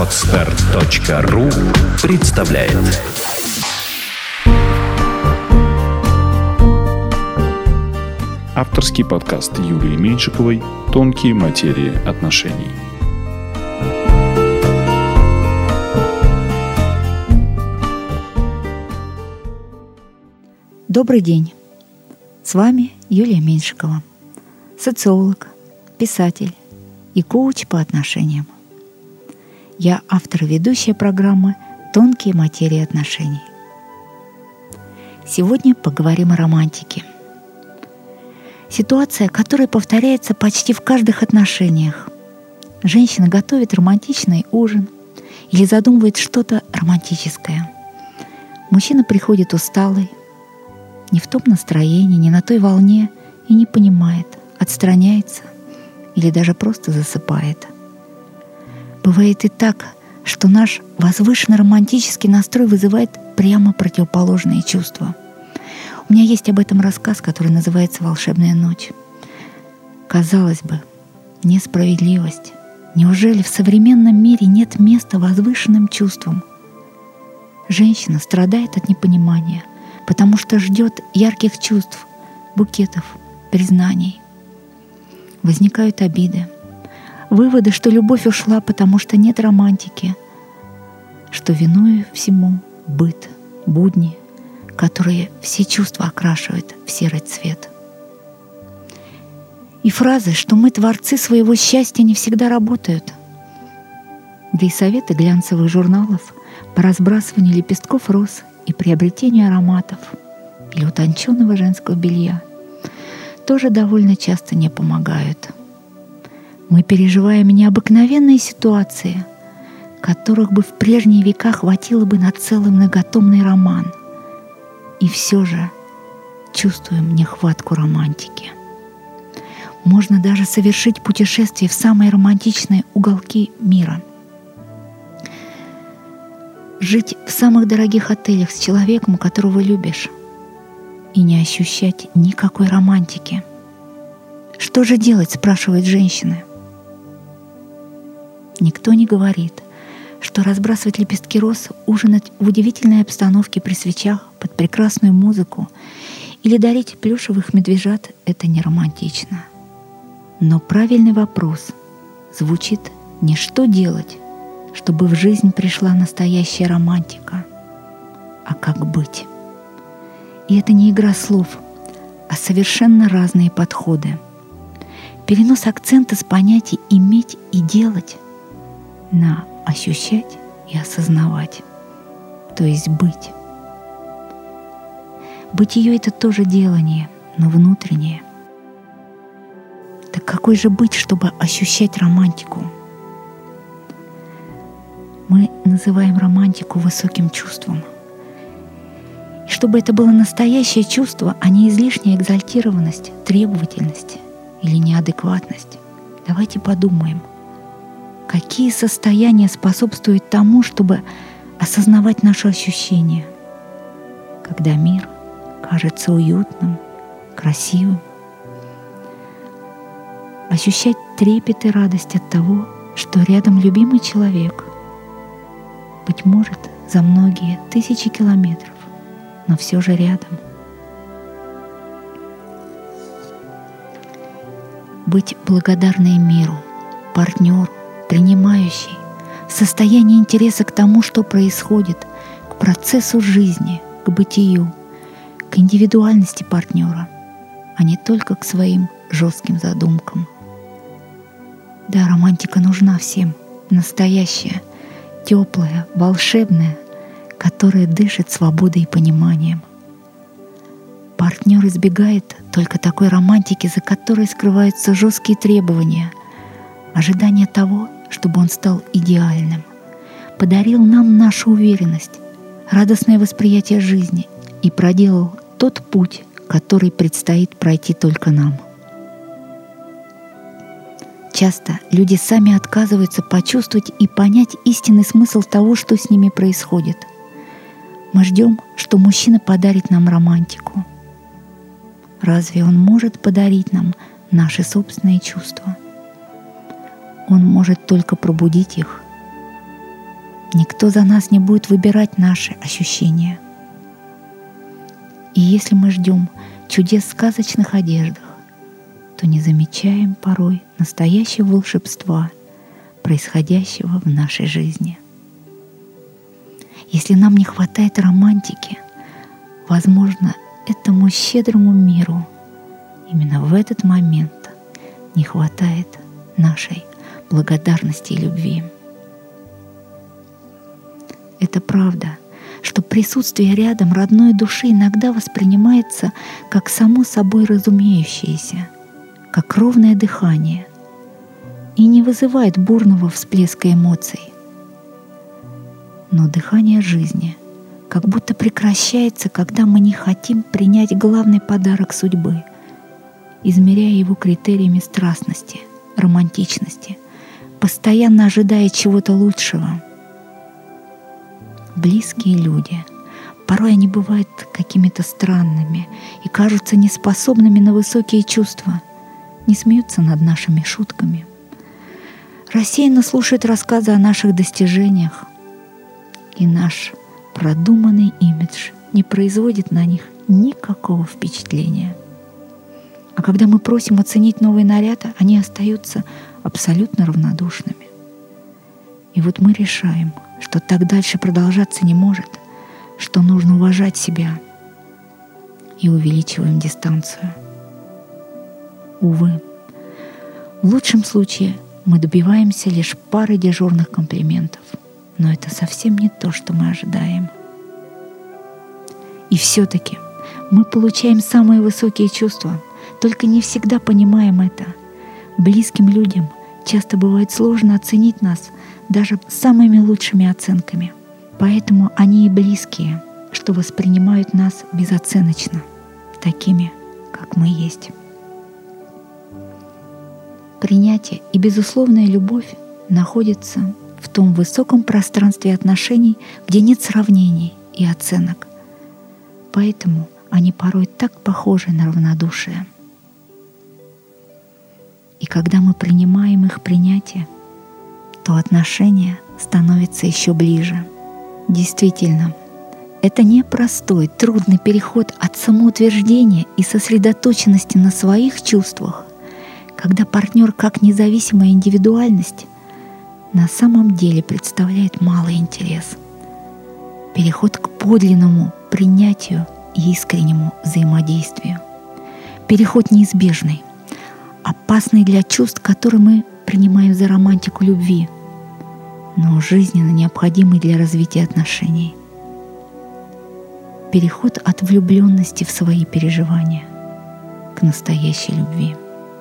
Podster.ru представляет. Авторский подкаст Юлии Меньшиковой «Тонкие материи отношений». Добрый день! С вами Юлия Меньшикова, социолог, писатель и коуч по отношениям. Я автор и ведущая программы «Тонкие материи отношений». Сегодня поговорим о романтике. Ситуация, которая повторяется почти в каждых отношениях. Женщина готовит романтичный ужин или задумывает что-то романтическое. Мужчина приходит усталый, не в том настроении, не на той волне и не понимает, отстраняется или даже просто засыпает. Бывает и так, что наш возвышенно-романтический настрой вызывает прямо противоположные чувства. У меня есть об этом рассказ, который называется «Волшебная ночь». Казалось бы, несправедливость. Неужели в современном мире нет места возвышенным чувствам? Женщина страдает от непонимания, потому что ждет ярких чувств, букетов, признаний. Возникают обиды, выводы, что любовь ушла, потому что нет романтики, что виною всему быт, будни, которые все чувства окрашивают в серый цвет. И фразы, что мы творцы своего счастья, не всегда работают. Да и советы глянцевых журналов по разбрасыванию лепестков роз и приобретению ароматов или утонченного женского белья тоже довольно часто не помогают. Мы переживаем необыкновенные ситуации, которых бы в прежние века хватило бы на целый многотомный роман. И все же чувствуем нехватку романтики. Можно даже совершить путешествие в самые романтичные уголки мира. Жить в самых дорогих отелях с человеком, которого любишь, и не ощущать никакой романтики. Что же делать, спрашивают женщины. Никто не говорит, что разбрасывать лепестки роз, ужинать в удивительной обстановке при свечах под прекрасную музыку или дарить плюшевых медвежат — это не романтично. Но правильный вопрос звучит не «что делать?», чтобы в жизнь пришла настоящая романтика, а как быть. И это не игра слов, а совершенно разные подходы. Перенос акцента с понятий «иметь» и «делать» на «ощущать» и «осознавать», то есть «быть». Бытие — это тоже делание, но внутреннее. Так какой же быть, чтобы ощущать романтику? Мы называем романтику высоким чувством. И чтобы это было настоящее чувство, а не излишняя экзальтированность, требовательность или неадекватность, давайте подумаем, какие состояния способствуют тому, чтобы осознавать наши ощущения, когда мир кажется уютным, красивым. Ощущать трепет и радость от того, что рядом любимый человек, быть может, за многие тысячи километров, но все же рядом. Быть благодарной миру, партнеру, принимающей, в состоянии интереса к тому, что происходит, к процессу жизни, к бытию, к индивидуальности партнера, а не только к своим жестким задумкам. Да, романтика нужна всем, настоящая, теплая, волшебная, которая дышит свободой и пониманием. Партнер избегает только такой романтики, за которой скрываются жесткие требования, ожидание того, чтобы он стал идеальным, подарил нам нашу уверенность, радостное восприятие жизни и проделал тот путь, который предстоит пройти только нам. Часто люди сами отказываются почувствовать и понять истинный смысл того, что с ними происходит. Мы ждем, что мужчина подарит нам романтику. Разве он может подарить нам наши собственные чувства? Он может только пробудить их. Никто за нас не будет выбирать наши ощущения. И если мы ждем чудес в сказочных одеждах, то не замечаем порой настоящего волшебства, происходящего в нашей жизни. Если нам не хватает романтики, возможно, этому щедрому миру именно в этот момент не хватает нашей благодарности и любви. Это правда, что присутствие рядом родной души иногда воспринимается как само собой разумеющееся, как ровное дыхание, и не вызывает бурного всплеска эмоций. Но дыхание жизни как будто прекращается, когда мы не хотим принять главный подарок судьбы, измеряя его критериями страстности, романтичности, постоянно ожидая чего-то лучшего. Близкие люди, порой они бывают какими-то странными и кажутся неспособными на высокие чувства, не смеются над нашими шутками, рассеянно слушают рассказы о наших достижениях, и наш продуманный имидж не производит на них никакого впечатления. А когда мы просим оценить новый наряд, они остаются абсолютно равнодушными. И вот мы решаем, что так дальше продолжаться не может, что нужно уважать себя, и увеличиваем дистанцию. Увы, в лучшем случае мы добиваемся лишь пары дежурных комплиментов, но это совсем не то, что мы ожидаем. И все-таки мы получаем самые высокие чувства, только не всегда понимаем это. Близким людям часто бывает сложно оценить нас даже самыми лучшими оценками. Поэтому они и близкие, что воспринимают нас безоценочно, такими, как мы есть. Принятие и безусловная любовь находятся в том высоком пространстве отношений, где нет сравнений и оценок. Поэтому они порой так похожи на равнодушие. И когда мы принимаем их принятие, то отношения становятся еще ближе. Действительно, это непростой, трудный переход от самоутверждения и сосредоточенности на своих чувствах, когда партнер как независимая индивидуальность на самом деле представляет малый интерес. Переход к подлинному принятию и искреннему взаимодействию. Переход неизбежный, опасный для чувств, которые мы принимаем за романтику любви, но жизненно необходимый для развития отношений. Переход от влюбленности в свои переживания к настоящей любви.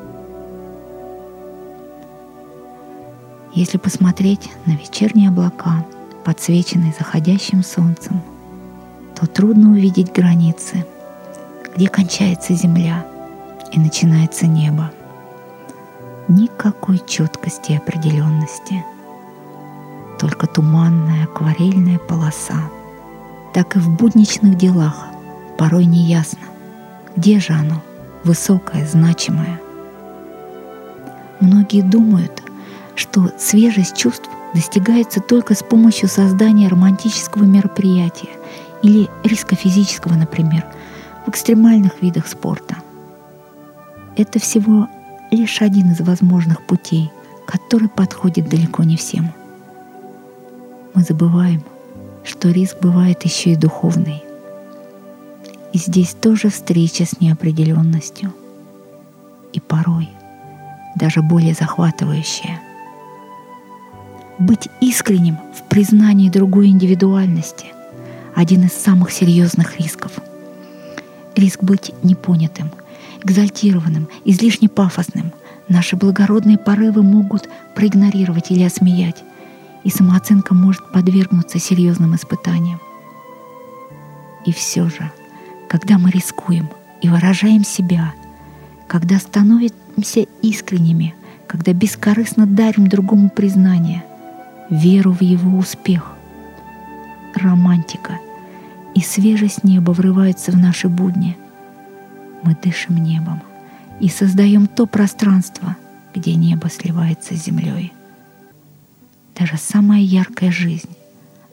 Если посмотреть на вечерние облака, подсвеченные заходящим солнцем, то трудно увидеть границы, где кончается земля и начинается небо. Никакой четкости и определенности, только туманная акварельная полоса. Так и в будничных делах порой неясно, где же оно, высокое, значимое. Многие думают, что свежесть чувств достигается только с помощью создания романтического мероприятия или риска физического, например, в экстремальных видах спорта. Это всего лишь один из возможных путей, который подходит далеко не всем. Мы забываем, что риск бывает еще и духовный. И здесь тоже встреча с неопределенностью. И порой даже более захватывающая. Быть искренним в признании другой индивидуальности – один из самых серьезных рисков. Риск быть непонятым, экзальтированным, излишне пафосным. Наши благородные порывы могут проигнорировать или осмеять, и самооценка может подвергнуться серьезным испытаниям. И все же, когда мы рискуем и выражаем себя, когда становимся искренними, когда бескорыстно дарим другому признание, веру в его успех, романтика и свежесть неба врываются в наши будни, мы дышим небом и создаем то пространство, где небо сливается с землей. Даже самая яркая жизнь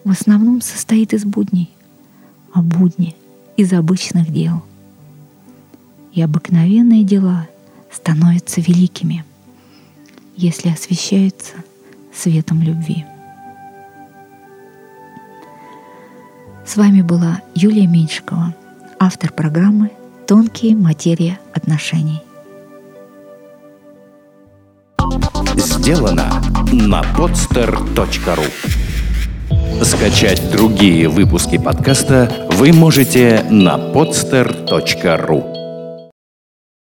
в основном состоит из будней, а будни — из обычных дел. И обыкновенные дела становятся великими, если освещаются светом любви. С вами была Юлия Меньшикова, автор программы «Тонкие материи отношений». Сделано на podster.ru. Скачать другие выпуски подкаста вы можете на podster.ru.